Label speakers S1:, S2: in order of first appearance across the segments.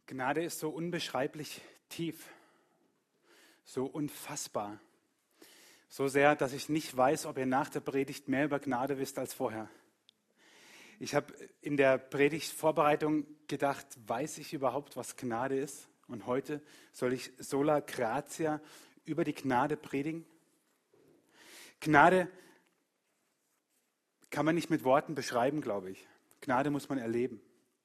S1: Gnade ist so unbeschreiblich tief, so unfassbar. So sehr, dass ich nicht weiß, ob ihr nach der Predigt mehr über Gnade wisst als vorher. Ich habe in der Predigtvorbereitung gedacht, weiß ich überhaupt, was Gnade ist? Und heute soll ich sola gratia über die Gnade predigen. Gnade kann man nicht mit Worten beschreiben, glaube ich. Gnade muss man erleben.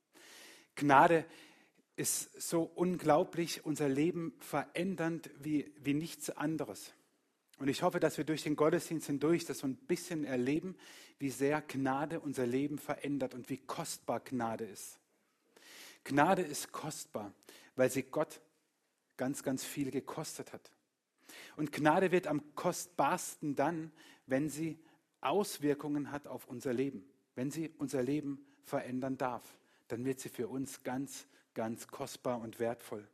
S1: Gnade ist so unglaublich unser Leben verändernd wie nichts anderes. Und ich hoffe, dass wir durch den Gottesdienst hindurch das so ein bisschen erleben, wie sehr Gnade unser Leben verändert und wie kostbar Gnade ist. Gnade ist kostbar, weil sie Gott ganz, ganz viel gekostet hat. Und Gnade wird am kostbarsten dann, wenn sie Auswirkungen hat auf unser Leben. Wenn sie unser Leben verändern darf, dann wird sie für uns ganz, ganz kostbar und wertvoll.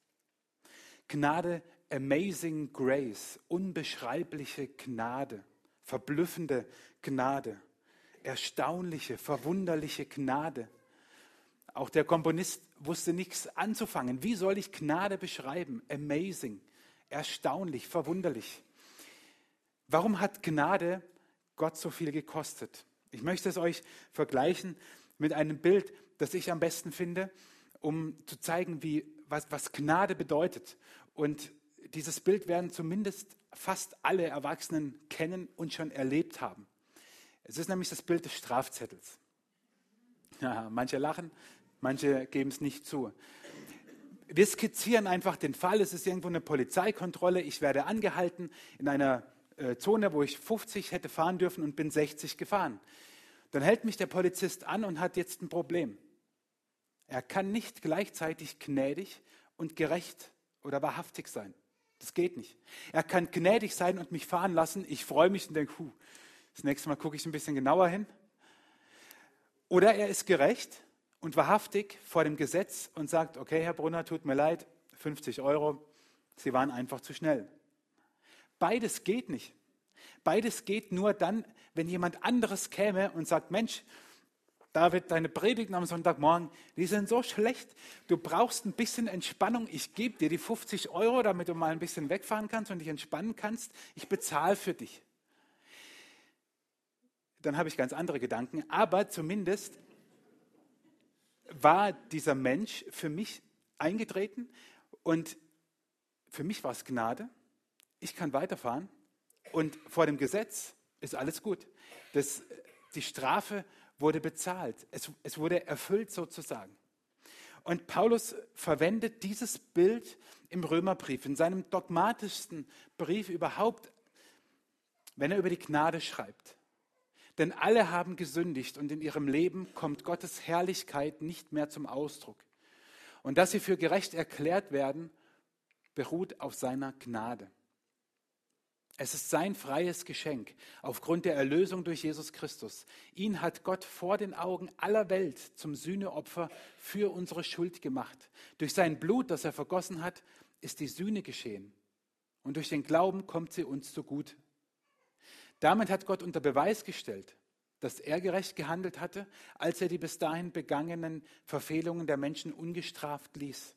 S1: Gnade, amazing grace, unbeschreibliche Gnade, verblüffende Gnade, erstaunliche, verwunderliche Gnade. Auch der Komponist wusste nichts anzufangen. Wie soll ich Gnade beschreiben? Amazing, erstaunlich, verwunderlich. Warum hat Gnade Gott so viel gekostet? Ich möchte es euch vergleichen mit einem Bild, das ich am besten finde, um zu zeigen, was Gnade bedeutet. Und dieses Bild werden zumindest fast alle Erwachsenen kennen und schon erlebt haben. Es ist nämlich das Bild des Strafzettels. Ja, manche lachen, manche geben es nicht zu. Wir skizzieren einfach den Fall, es ist irgendwo eine Polizeikontrolle, ich werde angehalten in einer Zone, wo ich 50 hätte fahren dürfen und bin 60 gefahren. Dann hält mich der Polizist an und hat jetzt ein Problem. Er kann nicht gleichzeitig gnädig und gerecht oder wahrhaftig sein. Das geht nicht. Er kann gnädig sein und mich fahren lassen. Ich freue mich und denke, das nächste Mal gucke ich ein bisschen genauer hin. Oder er ist gerecht und wahrhaftig vor dem Gesetz und sagt, okay, Herr Brunner, tut mir leid, 50 €, Sie waren einfach zu schnell. Beides geht nicht. Beides geht nur dann, wenn jemand anderes käme und sagt, Mensch, David, deine Predigten am Sonntagmorgen, die sind so schlecht. Du brauchst ein bisschen Entspannung. Ich gebe dir die 50 €, damit du mal ein bisschen wegfahren kannst und dich entspannen kannst. Ich bezahle für dich. Dann habe ich ganz andere Gedanken. Aber zumindest war dieser Mensch für mich eingetreten und für mich war es Gnade. Ich kann weiterfahren und vor dem Gesetz ist alles gut. Die Strafe wurde bezahlt. Es wurde erfüllt sozusagen. Und Paulus verwendet dieses Bild im Römerbrief, in seinem dogmatischsten Brief überhaupt, wenn er über die Gnade schreibt. Denn alle haben gesündigt und in ihrem Leben kommt Gottes Herrlichkeit nicht mehr zum Ausdruck. Und dass sie für gerecht erklärt werden, beruht auf seiner Gnade. Es ist sein freies Geschenk aufgrund der Erlösung durch Jesus Christus. Ihn hat Gott vor den Augen aller Welt zum Sühneopfer für unsere Schuld gemacht. Durch sein Blut, das er vergossen hat, ist die Sühne geschehen. Und durch den Glauben kommt sie uns zugute. Damit hat Gott unter Beweis gestellt, dass er gerecht gehandelt hatte, als er die bis dahin begangenen Verfehlungen der Menschen ungestraft ließ.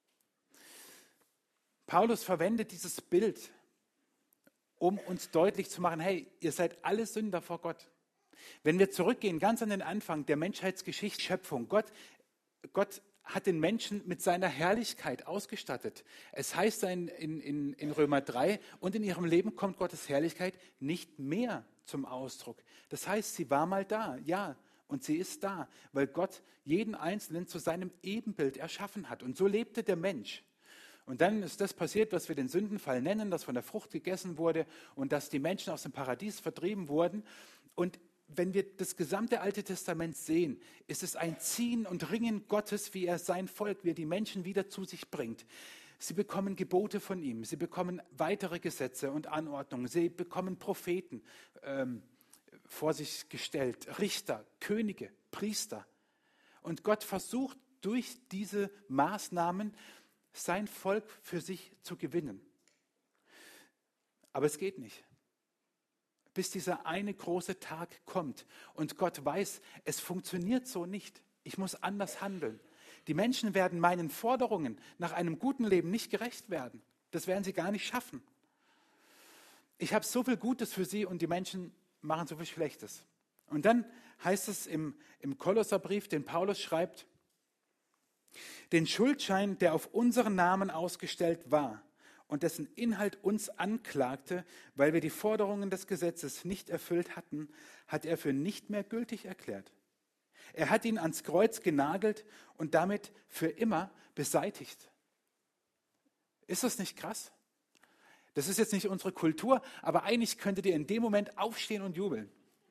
S1: Paulus verwendet dieses Bild, um uns deutlich zu machen, hey, ihr seid alle Sünder vor Gott. Wenn wir zurückgehen, ganz an den Anfang der Menschheitsgeschichte, Schöpfung, Gott hat den Menschen mit seiner Herrlichkeit ausgestattet. Es heißt in Römer 3, und in ihrem Leben kommt Gottes Herrlichkeit nicht mehr zum Ausdruck. Das heißt, sie war mal da, ja, und sie ist da, weil Gott jeden Einzelnen zu seinem Ebenbild erschaffen hat. Und so lebte der Mensch. Und dann ist das passiert, was wir den Sündenfall nennen, dass von der Frucht gegessen wurde und dass die Menschen aus dem Paradies vertrieben wurden. Und wenn wir das gesamte Alte Testament sehen, ist es ein Ziehen und Ringen Gottes, wie er sein Volk, wie er die Menschen wieder zu sich bringt. Sie bekommen Gebote von ihm, sie bekommen weitere Gesetze und Anordnungen, sie bekommen Propheten vor sich gestellt, Richter, Könige, Priester. Und Gott versucht durch diese Maßnahmen sein Volk für sich zu gewinnen. Aber es geht nicht. Bis dieser eine große Tag kommt und Gott weiß, es funktioniert so nicht. Ich muss anders handeln. Die Menschen werden meinen Forderungen nach einem guten Leben nicht gerecht werden. Das werden sie gar nicht schaffen. Ich habe so viel Gutes für sie und die Menschen machen so viel Schlechtes. Und dann heißt es im Kolosserbrief, den Paulus schreibt, den Schuldschein, der auf unseren Namen ausgestellt war und dessen Inhalt uns anklagte, weil wir die Forderungen des Gesetzes nicht erfüllt hatten, hat er für nicht mehr gültig erklärt. Er hat ihn ans Kreuz genagelt und damit für immer beseitigt. Ist das nicht krass? Das ist jetzt nicht unsere Kultur, aber eigentlich könntet ihr in dem Moment aufstehen und jubeln.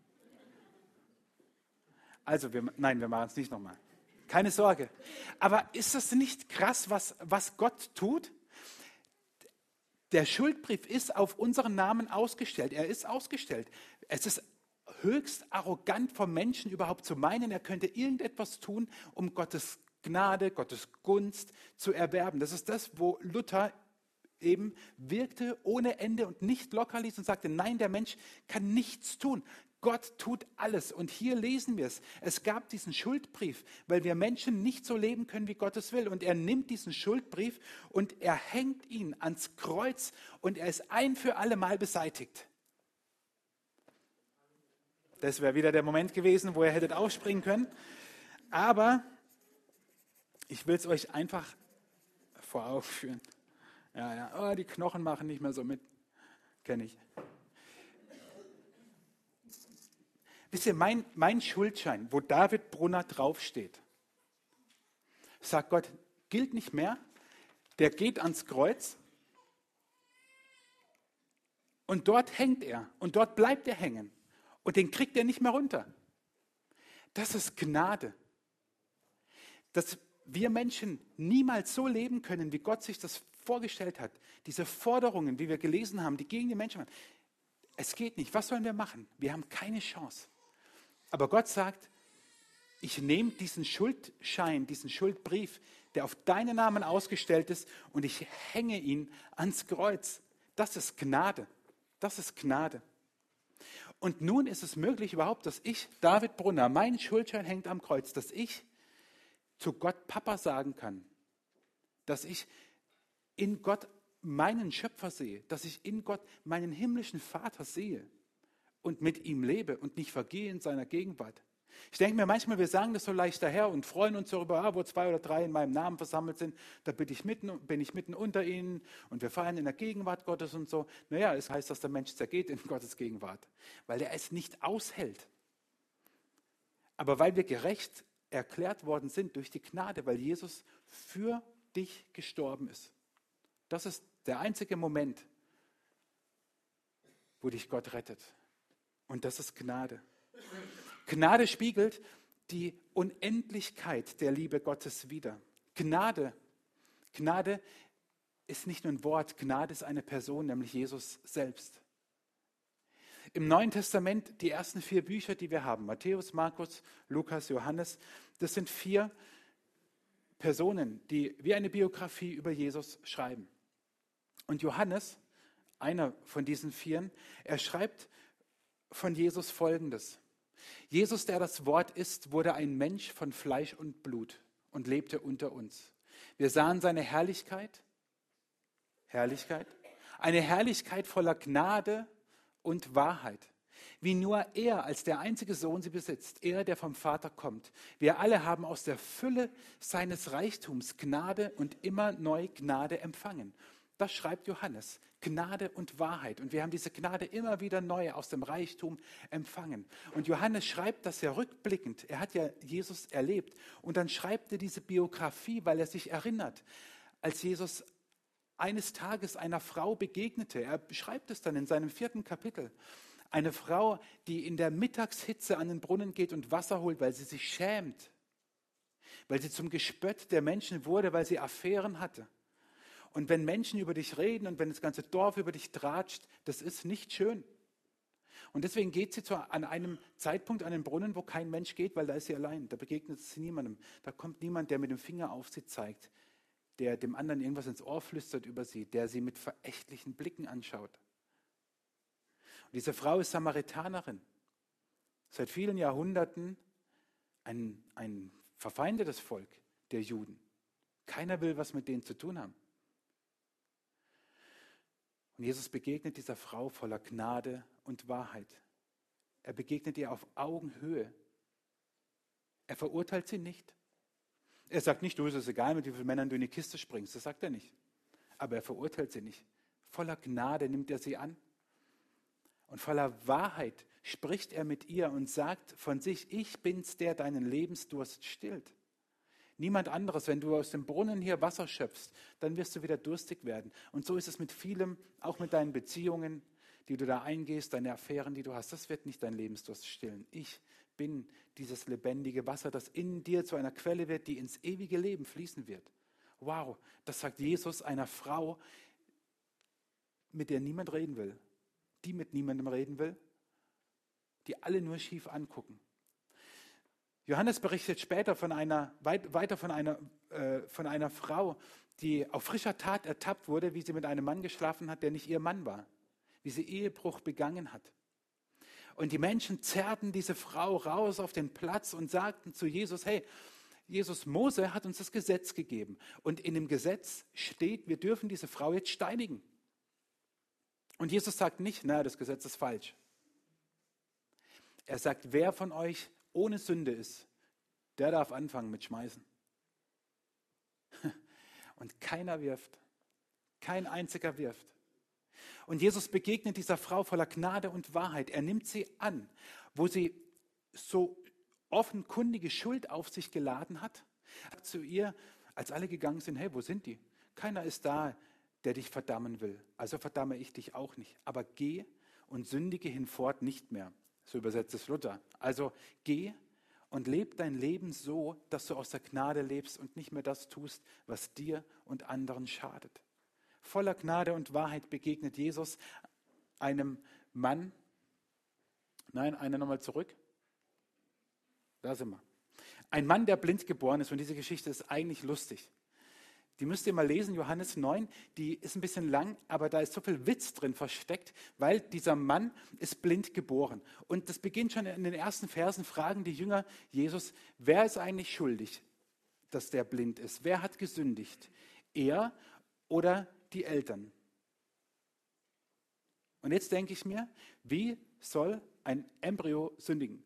S1: Also, wir machen es nicht nochmal. Keine Sorge. Aber ist das nicht krass, was Gott tut? Der Schuldbrief ist auf unseren Namen ausgestellt. Er ist ausgestellt. Es ist höchst arrogant vom Menschen überhaupt zu meinen, er könnte irgendetwas tun, um Gottes Gnade, Gottes Gunst zu erwerben. Das ist das, wo Luther eben wirkte ohne Ende und nicht locker ließ und sagte, nein, der Mensch kann nichts tun. Gott tut alles. Und hier lesen wir es. Es gab diesen Schuldbrief, weil wir Menschen nicht so leben können, wie Gott es will. Und er nimmt diesen Schuldbrief und er hängt ihn ans Kreuz und er ist ein für alle Mal beseitigt. Das wäre wieder der Moment gewesen, wo ihr hättet aufspringen können. Aber ich will es euch einfach vor Augen führen. Ja, oh, die Knochen machen nicht mehr so mit. Kenne ich. Wisst ihr, mein Schuldschein, wo David Brunner draufsteht, sagt Gott, gilt nicht mehr. Der geht ans Kreuz und dort hängt er und dort bleibt er hängen und den kriegt er nicht mehr runter. Das ist Gnade. Dass wir Menschen niemals so leben können, wie Gott sich das vorgestellt hat. Diese Forderungen, wie wir gelesen haben, die gegen die Menschen waren. Es geht nicht. Was sollen wir machen? Wir haben keine Chance. Aber Gott sagt, ich nehme diesen Schuldschein, diesen Schuldbrief, der auf deinen Namen ausgestellt ist, und ich hänge ihn ans Kreuz. Das ist Gnade. Das ist Gnade. Und nun ist es möglich überhaupt, dass ich, David Brunner, mein Schuldschein hängt am Kreuz, dass ich zu Gott Papa sagen kann, dass ich in Gott meinen Schöpfer sehe, dass ich in Gott meinen himmlischen Vater sehe und mit ihm lebe und nicht vergehe in seiner Gegenwart. Ich denke mir manchmal, wir sagen das so leicht daher und freuen uns darüber, wo 2 oder 3 in meinem Namen versammelt sind, da bin ich mitten unter ihnen und wir feiern in der Gegenwart Gottes und so. Naja, es heißt, dass der Mensch zergeht in Gottes Gegenwart, weil er es nicht aushält. Aber weil wir gerecht erklärt worden sind durch die Gnade, weil Jesus für dich gestorben ist. Das ist der einzige Moment, wo dich Gott rettet. Und das ist Gnade. Gnade spiegelt die Unendlichkeit der Liebe Gottes wider. Gnade ist nicht nur ein Wort, Gnade ist eine Person, nämlich Jesus selbst. Im Neuen Testament, die ersten 4 Bücher, die wir haben, Matthäus, Markus, Lukas, Johannes, das sind 4 Personen, die wie eine Biografie über Jesus schreiben. Und Johannes, einer von diesen 4, er schreibt von Jesus Folgendes. Jesus, der das Wort ist, wurde ein Mensch von Fleisch und Blut und lebte unter uns. Wir sahen seine Herrlichkeit, eine Herrlichkeit voller Gnade und Wahrheit, wie nur er als der einzige Sohn sie besitzt, er, der vom Vater kommt. Wir alle haben aus der Fülle seines Reichtums Gnade und immer neu Gnade empfangen. Das schreibt Johannes, Gnade und Wahrheit. Und wir haben diese Gnade immer wieder neu aus dem Reichtum empfangen. Und Johannes schreibt das ja rückblickend. Er hat ja Jesus erlebt. Und dann schreibt er diese Biografie, weil er sich erinnert, als Jesus eines Tages einer Frau begegnete. Er beschreibt es dann in seinem 4. Kapitel. Eine Frau, die in der Mittagshitze an den Brunnen geht und Wasser holt, weil sie sich schämt. Weil sie zum Gespött der Menschen wurde, weil sie Affären hatte. Und wenn Menschen über dich reden und wenn das ganze Dorf über dich tratscht, das ist nicht schön. Und deswegen geht sie an einem Zeitpunkt an den Brunnen, wo kein Mensch geht, weil da ist sie allein. Da begegnet sie niemandem. Da kommt niemand, der mit dem Finger auf sie zeigt, der dem anderen irgendwas ins Ohr flüstert über sie, der sie mit verächtlichen Blicken anschaut. Und diese Frau ist Samaritanerin. Seit vielen Jahrhunderten ein verfeindetes Volk. der Juden. Keiner will was mit denen zu tun haben. Und Jesus begegnet dieser Frau voller Gnade und Wahrheit. Er begegnet ihr auf Augenhöhe. Er verurteilt sie nicht. Er sagt nicht, du, ist es egal, mit wie vielen Männern du in die Kiste springst. Das sagt er nicht. Aber er verurteilt sie nicht. Voller Gnade nimmt er sie an. Und voller Wahrheit spricht er mit ihr und sagt von sich, ich bin's, der deinen Lebensdurst stillt. Niemand anderes. Wenn du aus dem Brunnen hier Wasser schöpfst, dann wirst du wieder durstig werden. Und so ist es mit vielem, auch mit deinen Beziehungen, die du da eingehst, deine Affären, die du hast. Das wird nicht dein Lebensdurst stillen. Ich bin dieses lebendige Wasser, das in dir zu einer Quelle wird, die ins ewige Leben fließen wird. Wow, das sagt Jesus einer Frau, mit der niemand reden will, die mit niemandem reden will, die alle nur schief angucken. Johannes berichtet später weiter von einer Frau, die auf frischer Tat ertappt wurde, wie sie mit einem Mann geschlafen hat, der nicht ihr Mann war, wie sie Ehebruch begangen hat. Und die Menschen zerrten diese Frau raus auf den Platz und sagten zu Jesus, hey, Jesus, Mose hat uns das Gesetz gegeben. Und in dem Gesetz steht, wir dürfen diese Frau jetzt steinigen. Und Jesus sagt nicht, na, das Gesetz ist falsch. Er sagt, wer von euch ohne Sünde ist, der darf anfangen mit Schmeißen. Und keiner wirft. Kein einziger wirft. Und Jesus begegnet dieser Frau voller Gnade und Wahrheit. Er nimmt sie an, wo sie so offenkundige Schuld auf sich geladen hat. Er sagt zu ihr, als alle gegangen sind, hey, wo sind die? Keiner ist da, der dich verdammen will. Also verdamme ich dich auch nicht. Aber geh und sündige hinfort nicht mehr. So übersetzt es Luther. Also geh und leb dein Leben so, dass du aus der Gnade lebst und nicht mehr das tust, was dir und anderen schadet. Voller Gnade und Wahrheit begegnet Jesus einem Mann. Nein, einer nochmal zurück. Da sind wir. Ein Mann, der blind geboren ist. Und diese Geschichte ist eigentlich lustig. Die müsst ihr mal lesen, Johannes 9. Die ist ein bisschen lang, aber da ist so viel Witz drin versteckt, weil dieser Mann ist blind geboren. Und das beginnt schon in den ersten Versen, fragen die Jünger Jesus, wer ist eigentlich schuldig, dass der blind ist? Wer hat gesündigt? Er oder die Eltern? Und jetzt denke ich mir, wie soll ein Embryo sündigen?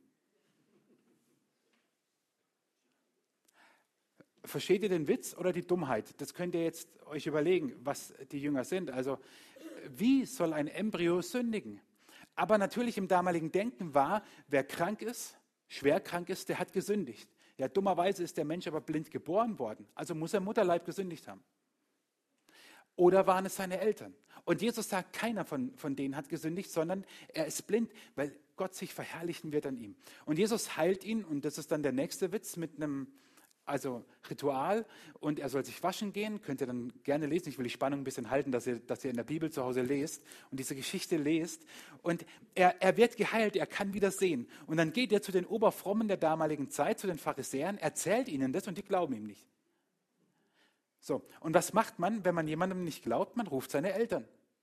S1: Versteht ihr den Witz oder die Dummheit? Das könnt ihr jetzt euch überlegen, was die Jünger sind. Also, wie soll ein Embryo sündigen? Aber natürlich im damaligen Denken war, wer krank ist, schwer krank ist, der hat gesündigt. Ja, dummerweise ist der Mensch aber blind geboren worden. Also muss er im Mutterleib gesündigt haben. Oder waren es seine Eltern? Und Jesus sagt, keiner von denen hat gesündigt, sondern er ist blind, weil Gott sich verherrlichen wird an ihm. Und Jesus heilt ihn, und das ist dann der nächste Witz mit einem Ritual, und er soll sich waschen gehen, könnt ihr dann gerne lesen. Ich will die Spannung ein bisschen halten, dass ihr in der Bibel zu Hause lest und diese Geschichte lest. Und er wird geheilt, er kann wieder sehen. Und dann geht er zu den Oberfrommen der damaligen Zeit, zu den Pharisäern, erzählt ihnen das und die glauben ihm nicht. So, und was macht man, wenn man jemandem nicht glaubt? Man ruft seine Eltern.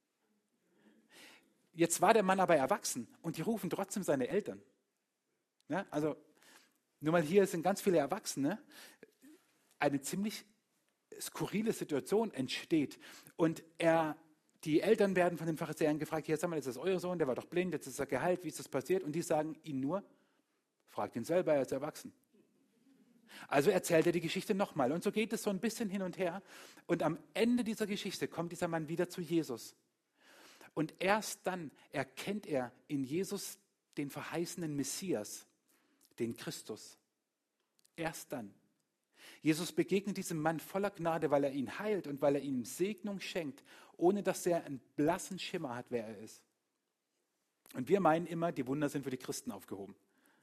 S1: Jetzt war der Mann aber erwachsen und die rufen trotzdem seine Eltern. Ja, also nur mal hier sind ganz viele Erwachsene. Eine ziemlich skurrile Situation entsteht. Und die Eltern werden von den Pharisäern gefragt, hier, sag mal, ist das euer Sohn, der war doch blind, jetzt ist er geheilt, wie ist das passiert? Und die sagen ihn nur, fragt ihn selber, er ist erwachsen. Also erzählt er die Geschichte nochmal. Und so geht es so ein bisschen hin und her. Und am Ende dieser Geschichte kommt dieser Mann wieder zu Jesus. Und erst dann erkennt er in Jesus den verheißenen Messias, den Christus. Erst dann. Jesus begegnet diesem Mann voller Gnade, weil er ihn heilt und weil er ihm Segnung schenkt, ohne dass er einen blassen Schimmer hat, wer er ist. Und wir meinen immer, die Wunder sind für die Christen aufgehoben.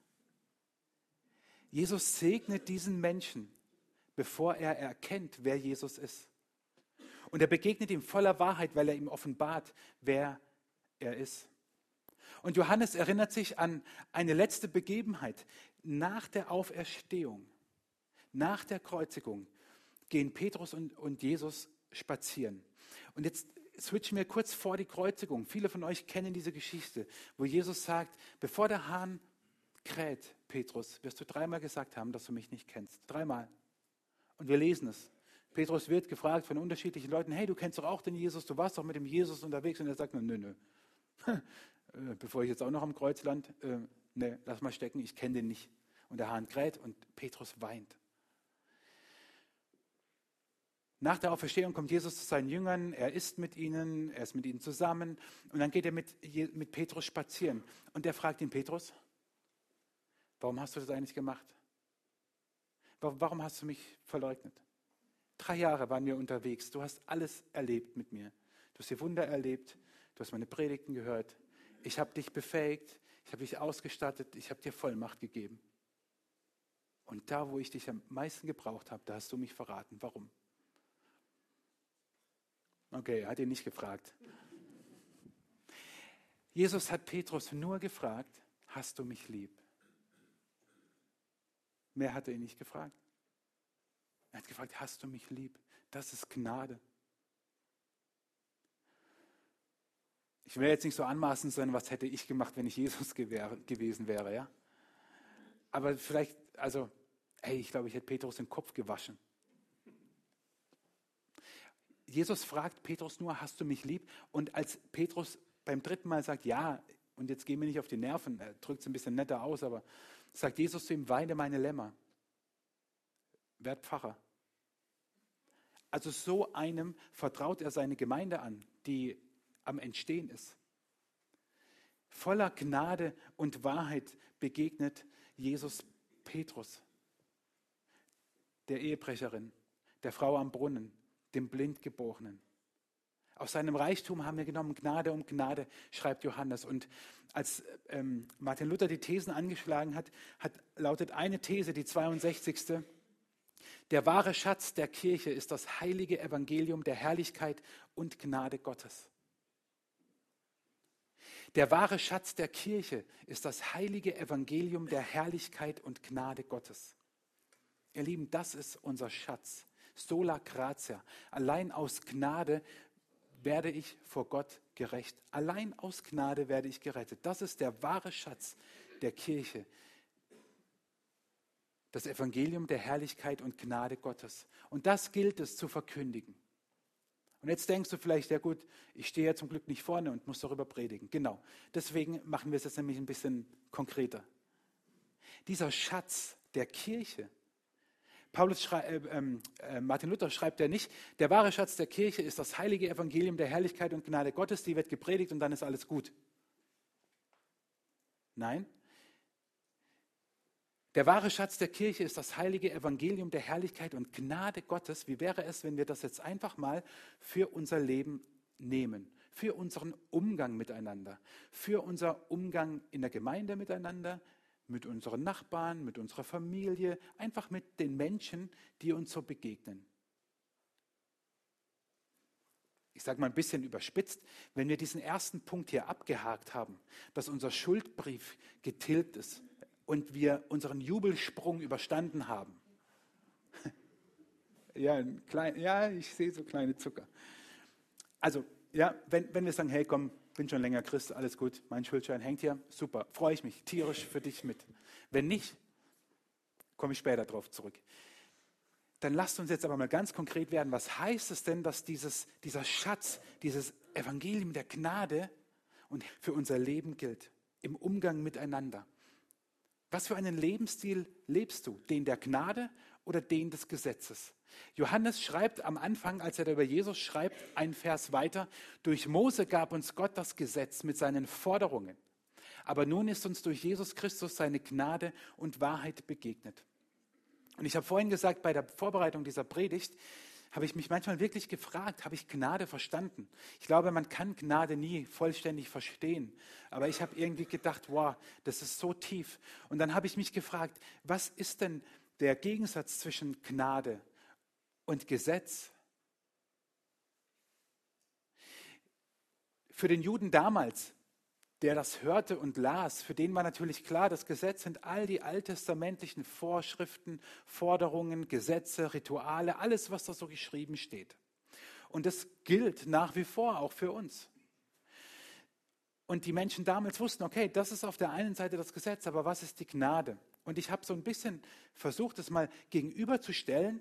S1: Jesus segnet diesen Menschen, bevor er erkennt, wer Jesus ist. Und er begegnet ihm voller Wahrheit, weil er ihm offenbart, wer er ist. Und Johannes erinnert sich an eine letzte Begebenheit. Nach der Auferstehung, nach der Kreuzigung, gehen Petrus und Jesus spazieren. Und jetzt switchen wir kurz vor die Kreuzigung. Viele von euch kennen diese Geschichte, wo Jesus sagt, bevor der Hahn kräht, Petrus, wirst du 3-mal gesagt haben, dass du mich nicht kennst. 3-mal. Und wir lesen es. Petrus wird gefragt von unterschiedlichen Leuten, hey, du kennst doch auch den Jesus, du warst doch mit dem Jesus unterwegs. Und er sagt, nö. Bevor ich jetzt auch noch am Kreuz lande, nee, lass mal stecken, ich kenne den nicht. Und der Hahn kräht und Petrus weint. Nach der Auferstehung kommt Jesus zu seinen Jüngern, er isst mit ihnen, er ist mit ihnen zusammen und dann geht er mit Petrus spazieren. Und er fragt ihn, Petrus, warum hast du das eigentlich gemacht? Warum hast du mich verleugnet? 3 Jahre waren wir unterwegs, du hast alles erlebt mit mir. Du hast die Wunder erlebt, du hast meine Predigten gehört. Ich habe dich befähigt, ich habe dich ausgestattet, ich habe dir Vollmacht gegeben. Und da, wo ich dich am meisten gebraucht habe, da hast du mich verraten. Warum? Okay, er hat ihn nicht gefragt. Jesus hat Petrus nur gefragt, hast du mich lieb? Mehr hat er ihn nicht gefragt. Er hat gefragt, hast du mich lieb? Das ist Gnade. Ich will jetzt nicht so anmaßend sein, was hätte ich gemacht, wenn ich Jesus gewesen wäre, ja? Aber vielleicht, ich glaube, ich hätte Petrus den Kopf gewaschen. Jesus fragt Petrus nur, hast du mich lieb? Und als Petrus beim 3. Mal sagt, ja, und jetzt gehen wir nicht auf die Nerven, er drückt es ein bisschen netter aus, aber sagt Jesus zu ihm, weide meine Lämmer. Werd Pfarrer. Also so einem vertraut er seine Gemeinde an, die am Entstehen ist. Voller Gnade und Wahrheit begegnet Jesus Petrus, der Ehebrecherin, der Frau am Brunnen, dem Blindgeborenen. Aus seinem Reichtum haben wir genommen Gnade um Gnade, schreibt Johannes. Und als Martin Luther die Thesen angeschlagen hat, lautet eine These, die 62. Der wahre Schatz der Kirche ist das heilige Evangelium der Herrlichkeit und Gnade Gottes. Der wahre Schatz der Kirche ist das heilige Evangelium der Herrlichkeit und Gnade Gottes. Ihr Lieben, das ist unser Schatz. Sola gratia. Allein aus Gnade werde ich vor Gott gerecht. Allein aus Gnade werde ich gerettet. Das ist der wahre Schatz der Kirche. Das Evangelium der Herrlichkeit und Gnade Gottes. Und das gilt es zu verkündigen. Und jetzt denkst du vielleicht, ja gut, ich stehe ja zum Glück nicht vorne und muss darüber predigen. Genau, deswegen machen wir es jetzt nämlich ein bisschen konkreter. Dieser Schatz der Kirche, Martin Luther schreibt ja nicht, der wahre Schatz der Kirche ist das heilige Evangelium der Herrlichkeit und Gnade Gottes, die wird gepredigt und dann ist alles gut. Nein, der wahre Schatz der Kirche ist das heilige Evangelium der Herrlichkeit und Gnade Gottes. Wie wäre es, wenn wir das jetzt einfach mal für unser Leben nehmen, für unseren Umgang miteinander, für unser Umgang in der Gemeinde miteinander, mit unseren Nachbarn, mit unserer Familie, einfach mit den Menschen, die uns so begegnen. Ich sage mal ein bisschen überspitzt, wenn wir diesen ersten Punkt hier abgehakt haben, dass unser Schuldbrief getilgt ist, und wir unseren Jubelsprung überstanden haben. Ja, ich sehe so kleine Zucker. Also, ja, wenn wir sagen, hey, komm, bin schon länger Christ, alles gut, mein Schuldschein hängt hier, super, freue ich mich tierisch für dich mit. Wenn nicht, komme ich später darauf zurück. Dann lasst uns jetzt aber mal ganz konkret werden, was heißt es denn, dass dieser Schatz, dieses Evangelium der Gnade und für unser Leben gilt, im Umgang miteinander. Was für einen Lebensstil lebst du? Den der Gnade oder den des Gesetzes? Johannes schreibt am Anfang, als er da über Jesus schreibt, einen Vers weiter, durch Mose gab uns Gott das Gesetz mit seinen Forderungen. Aber nun ist uns durch Jesus Christus seine Gnade und Wahrheit begegnet. Und ich habe vorhin gesagt, bei der Vorbereitung dieser Predigt, habe ich mich manchmal wirklich gefragt, habe ich Gnade verstanden? Ich glaube, man kann Gnade nie vollständig verstehen. Aber ich habe irgendwie gedacht, wow, das ist so tief. Und dann habe ich mich gefragt, was ist denn der Gegensatz zwischen Gnade und Gesetz? Für den Juden damals, der das hörte und las, für den war natürlich klar, das Gesetz sind all die alttestamentlichen Vorschriften, Forderungen, Gesetze, Rituale, alles, was da so geschrieben steht. Und das gilt nach wie vor auch für uns. Und die Menschen damals wussten, okay, das ist auf der einen Seite das Gesetz, aber was ist die Gnade? Und ich habe so ein bisschen versucht, das mal gegenüberzustellen,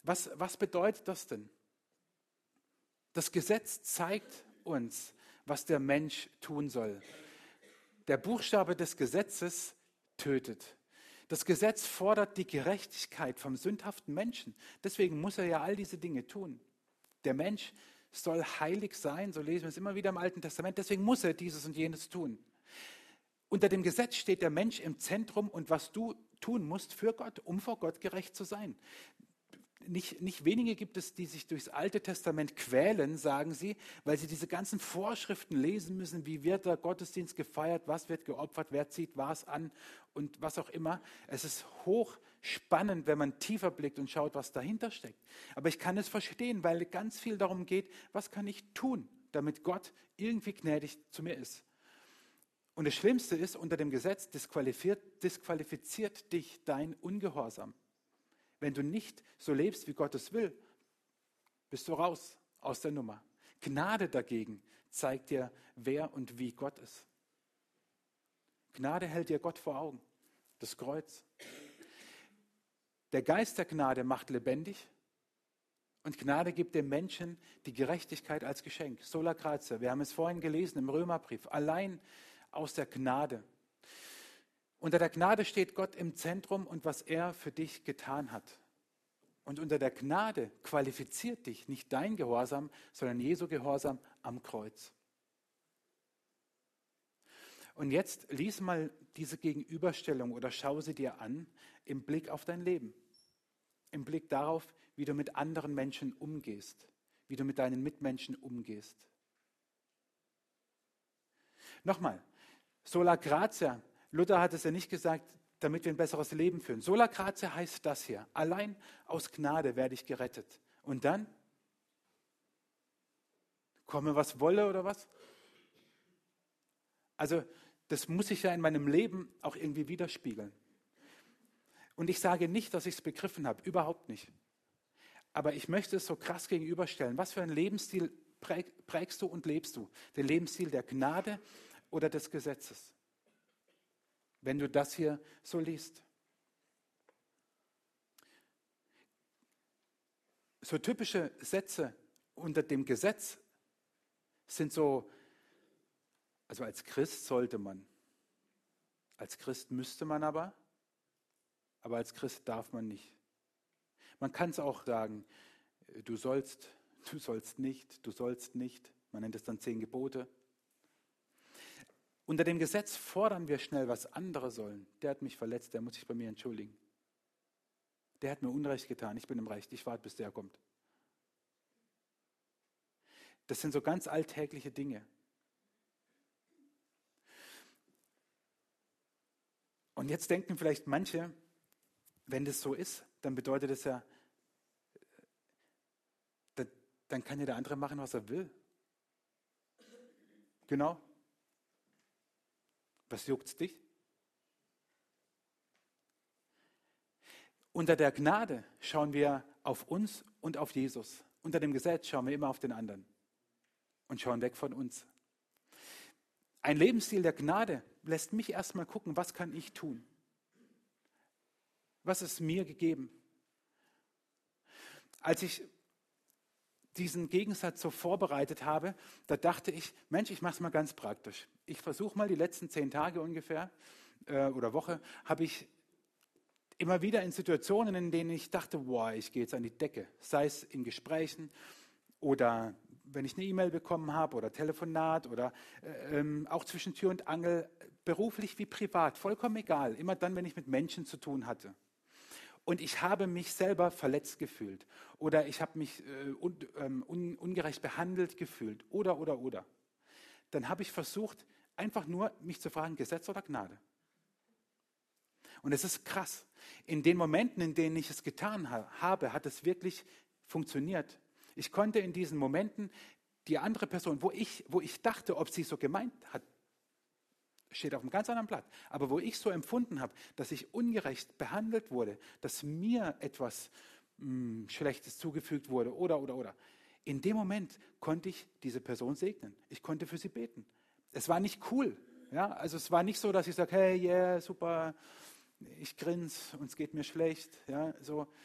S1: Was bedeutet das denn? Das Gesetz zeigt uns, was der Mensch tun soll. Der Buchstabe des Gesetzes tötet. Das Gesetz fordert die Gerechtigkeit vom sündhaften Menschen. Deswegen muss er ja all diese Dinge tun. Der Mensch soll heilig sein, so lesen wir es immer wieder im Alten Testament. Deswegen muss er dieses und jenes tun. Unter dem Gesetz steht der Mensch im Zentrum und was du tun musst für Gott, um vor Gott gerecht zu sein. Nicht wenige gibt es, die sich durchs Alte Testament quälen, sagen sie, weil sie diese ganzen Vorschriften lesen müssen, wie wird der Gottesdienst gefeiert, was wird geopfert, wer zieht was an und was auch immer. Es ist hochspannend, wenn man tiefer blickt und schaut, was dahinter steckt. Aber ich kann es verstehen, weil ganz viel darum geht, was kann ich tun, damit Gott irgendwie gnädig zu mir ist. Und das Schlimmste ist, unter dem Gesetz disqualifiziert dich dein Ungehorsam. Wenn du nicht so lebst, wie Gott es will, bist du raus aus der Nummer. Gnade dagegen zeigt dir, wer und wie Gott ist. Gnade hält dir Gott vor Augen, das Kreuz. Der Geist der Gnade macht lebendig und Gnade gibt dem Menschen die Gerechtigkeit als Geschenk. Sola gratia. Wir haben es vorhin gelesen im Römerbrief. Allein aus der Gnade. Unter der Gnade steht Gott im Zentrum und was er für dich getan hat. Und unter der Gnade qualifiziert dich nicht dein Gehorsam, sondern Jesu Gehorsam am Kreuz. Und jetzt lies mal diese Gegenüberstellung oder schau sie dir an im Blick auf dein Leben. Im Blick darauf, wie du mit anderen Menschen umgehst, wie du mit deinen Mitmenschen umgehst. Nochmal, sola gratia. Luther hat es ja nicht gesagt, damit wir ein besseres Leben führen. Sola gratia heißt das hier. Allein aus Gnade werde ich gerettet. Und dann? Komme, was wolle oder was? Also, das muss sich ja in meinem Leben auch irgendwie widerspiegeln. Und ich sage nicht, dass ich es begriffen habe. Überhaupt nicht. Aber ich möchte es so krass gegenüberstellen. Was für einen Lebensstil prägst du und lebst du? Den Lebensstil der Gnade oder des Gesetzes? Wenn du das hier so liest. So typische Sätze unter dem Gesetz sind so, also als Christ sollte man, als Christ müsste man aber als Christ darf man nicht. Man kann es auch sagen, du sollst nicht, du sollst nicht. Man nennt es dann 10 Gebote. Unter dem Gesetz fordern wir schnell, was andere sollen. Der hat mich verletzt, der muss sich bei mir entschuldigen. Der hat mir Unrecht getan, ich bin im Recht, ich warte, bis der kommt. Das sind so ganz alltägliche Dinge. Und jetzt denken vielleicht manche, wenn das so ist, dann bedeutet das ja, dann kann ja der andere machen, was er will. Genau. Was juckt's dich? Unter der Gnade schauen wir auf uns und auf Jesus. Unter dem Gesetz schauen wir immer auf den anderen und schauen weg von uns. Ein Lebensstil der Gnade lässt mich erstmal gucken, was kann ich tun? Was ist mir gegeben? Als ich diesen Gegensatz so vorbereitet habe, da dachte ich, Mensch, ich mache es mal ganz praktisch. Ich versuche mal die letzten 10 Tage ungefähr oder Woche, habe ich immer wieder in Situationen, in denen ich dachte, boah, ich gehe jetzt an die Decke. Sei es in Gesprächen oder wenn ich eine E-Mail bekommen habe oder Telefonat oder auch zwischen Tür und Angel, beruflich wie privat, vollkommen egal. Immer dann, wenn ich mit Menschen zu tun hatte. Und ich habe mich selber verletzt gefühlt oder ich habe mich ungerecht behandelt gefühlt oder. Dann habe ich versucht, einfach nur mich zu fragen, Gesetz oder Gnade? Und es ist krass. In den Momenten, in denen ich es getan habe, hat es wirklich funktioniert. Ich konnte in diesen Momenten die andere Person, wo ich dachte, ob sie es so gemeint hat, steht auf einem ganz anderen Blatt, aber wo ich so empfunden habe, dass ich ungerecht behandelt wurde, dass mir etwas Schlechtes zugefügt wurde oder. In dem Moment konnte ich diese Person segnen. Ich konnte für sie beten. Es war nicht cool. Ja? Also es war nicht so, dass ich sage, hey, yeah, super, ich grins und es geht mir schlecht. Ja? So,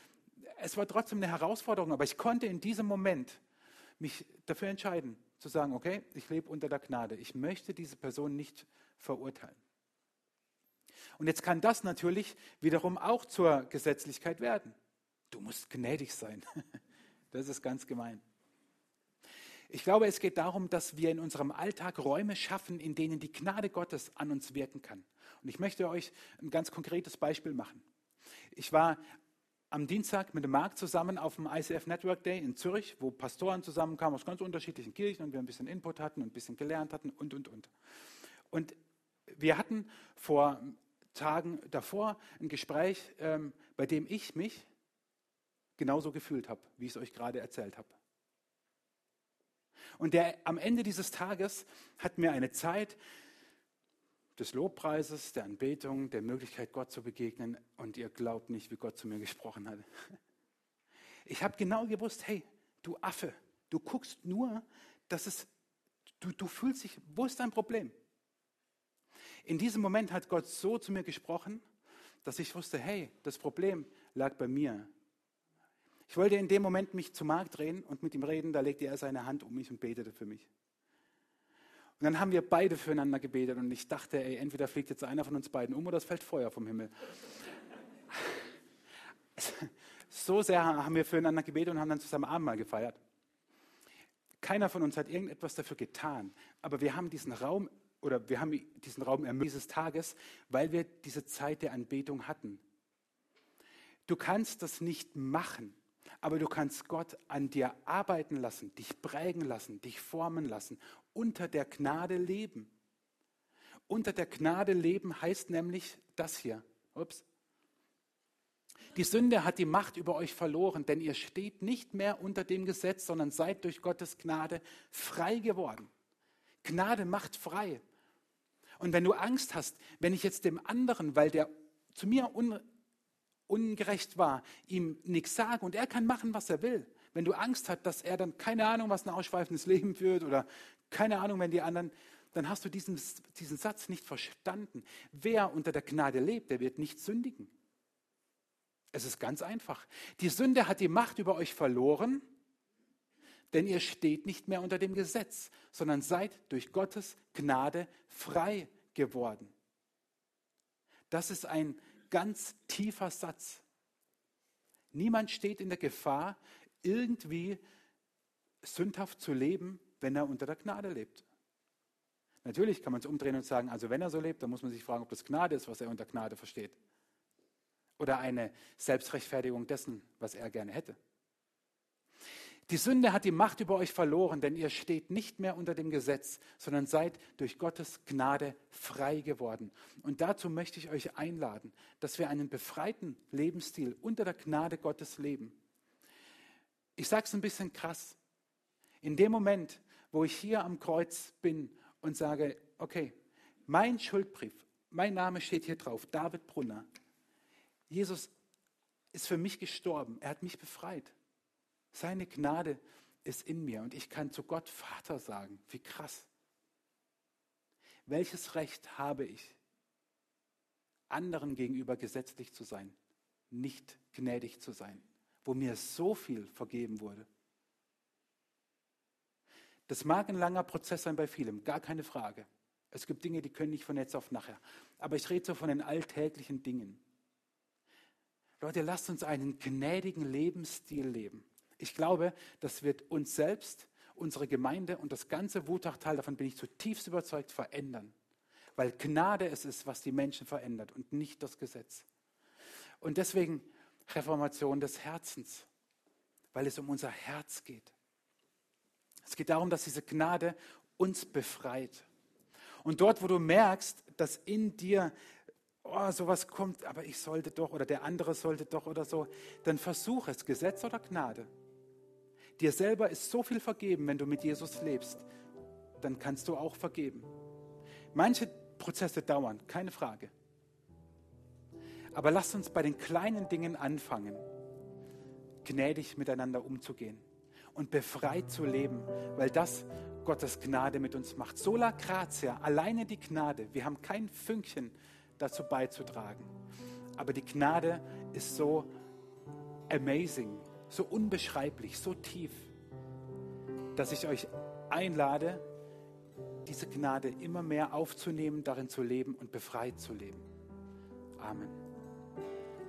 S1: Es war trotzdem eine Herausforderung, aber ich konnte in diesem Moment mich dafür entscheiden, zu sagen, okay, ich lebe unter der Gnade. Ich möchte diese Person nicht verurteilen. Und jetzt kann das natürlich wiederum auch zur Gesetzlichkeit werden. Du musst gnädig sein. Das ist ganz gemein. Ich glaube, es geht darum, dass wir in unserem Alltag Räume schaffen, in denen die Gnade Gottes an uns wirken kann. Und ich möchte euch ein ganz konkretes Beispiel machen. Ich war am Dienstag mit dem Marc zusammen auf dem ICF Network Day in Zürich, wo Pastoren zusammenkamen aus ganz unterschiedlichen Kirchen und wir ein bisschen Input hatten und ein bisschen gelernt hatten und. Und wir hatten vor Tagen davor ein Gespräch, bei dem ich mich genauso gefühlt habe, wie ich es euch gerade erzählt habe. Und am Ende dieses Tages hat mir eine Zeit des Lobpreises, der Anbetung, der Möglichkeit, Gott zu begegnen, und ihr glaubt nicht, wie Gott zu mir gesprochen hat. Ich habe genau gewusst, hey, du Affe, du guckst nur, du fühlst dich, wo ist dein Problem? In diesem Moment hat Gott so zu mir gesprochen, dass ich wusste, hey, das Problem lag bei mir. Ich wollte in dem Moment mich zu Marc drehen und mit ihm reden, da legte er seine Hand um mich und betete für mich. Und dann haben wir beide füreinander gebetet und ich dachte, ey, entweder fliegt jetzt einer von uns beiden um oder es fällt Feuer vom Himmel. So sehr haben wir füreinander gebetet und haben dann zusammen Abendmahl gefeiert. Keiner von uns hat irgendetwas dafür getan, aber wir haben diesen Raum ermöglicht dieses Tages, weil wir diese Zeit der Anbetung hatten. Du kannst das nicht machen. Aber du kannst Gott an dir arbeiten lassen, dich prägen lassen, dich formen lassen, unter der Gnade leben. Unter der Gnade leben heißt nämlich das hier. Ups. Die Sünde hat die Macht über euch verloren, denn ihr steht nicht mehr unter dem Gesetz, sondern seid durch Gottes Gnade frei geworden. Gnade macht frei. Und wenn du Angst hast, wenn ich jetzt dem anderen, weil der zu mir ungerecht war, ihm nichts sagen und er kann machen, was er will. Wenn du Angst hast, dass er dann, keine Ahnung, was ein ausschweifendes Leben führt oder keine Ahnung, wenn die anderen, dann hast du diesen Satz nicht verstanden. Wer unter der Gnade lebt, der wird nicht sündigen. Es ist ganz einfach. Die Sünde hat die Macht über euch verloren, denn ihr steht nicht mehr unter dem Gesetz, sondern seid durch Gottes Gnade frei geworden. Das ist ein ganz tiefer Satz. Niemand steht in der Gefahr, irgendwie sündhaft zu leben, wenn er unter der Gnade lebt. Natürlich kann man es umdrehen und sagen, also wenn er so lebt, dann muss man sich fragen, ob das Gnade ist, was er unter Gnade versteht. Oder eine Selbstrechtfertigung dessen, was er gerne hätte. Die Sünde hat die Macht über euch verloren, denn ihr steht nicht mehr unter dem Gesetz, sondern seid durch Gottes Gnade frei geworden. Und dazu möchte ich euch einladen, dass wir einen befreiten Lebensstil unter der Gnade Gottes leben. Ich sage es ein bisschen krass. In dem Moment, wo ich hier am Kreuz bin und sage, okay, mein Schuldbrief, mein Name steht hier drauf, David Brunner. Jesus ist für mich gestorben, er hat mich befreit. Seine Gnade ist in mir und ich kann zu Gott Vater sagen. Wie krass. Welches Recht habe ich, anderen gegenüber gesetzlich zu sein, nicht gnädig zu sein, wo mir so viel vergeben wurde? Das mag ein langer Prozess sein bei vielem, gar keine Frage. Es gibt Dinge, die können nicht von jetzt auf nachher. Aber ich rede so von den alltäglichen Dingen. Leute, lasst uns einen gnädigen Lebensstil leben. Ich glaube, das wird uns selbst, unsere Gemeinde und das ganze Wutachtal, davon bin ich zutiefst überzeugt, verändern. Weil Gnade es ist, was die Menschen verändert und nicht das Gesetz. Und deswegen Reformation des Herzens, weil es um unser Herz geht. Es geht darum, dass diese Gnade uns befreit. Und dort, wo du merkst, dass in dir sowas kommt, aber ich sollte doch oder der andere sollte doch oder so, dann versuch es, Gesetz oder Gnade. Dir selber ist so viel vergeben, wenn du mit Jesus lebst, dann kannst du auch vergeben. Manche Prozesse dauern, keine Frage. Aber lasst uns bei den kleinen Dingen anfangen, gnädig miteinander umzugehen und befreit zu leben, weil das Gottes Gnade mit uns macht. Sola gratia, alleine die Gnade. Wir haben kein Fünkchen dazu beizutragen. Aber die Gnade ist so amazing, so unbeschreiblich, so tief, dass ich euch einlade, diese Gnade immer mehr aufzunehmen, darin zu leben und befreit zu leben. Amen.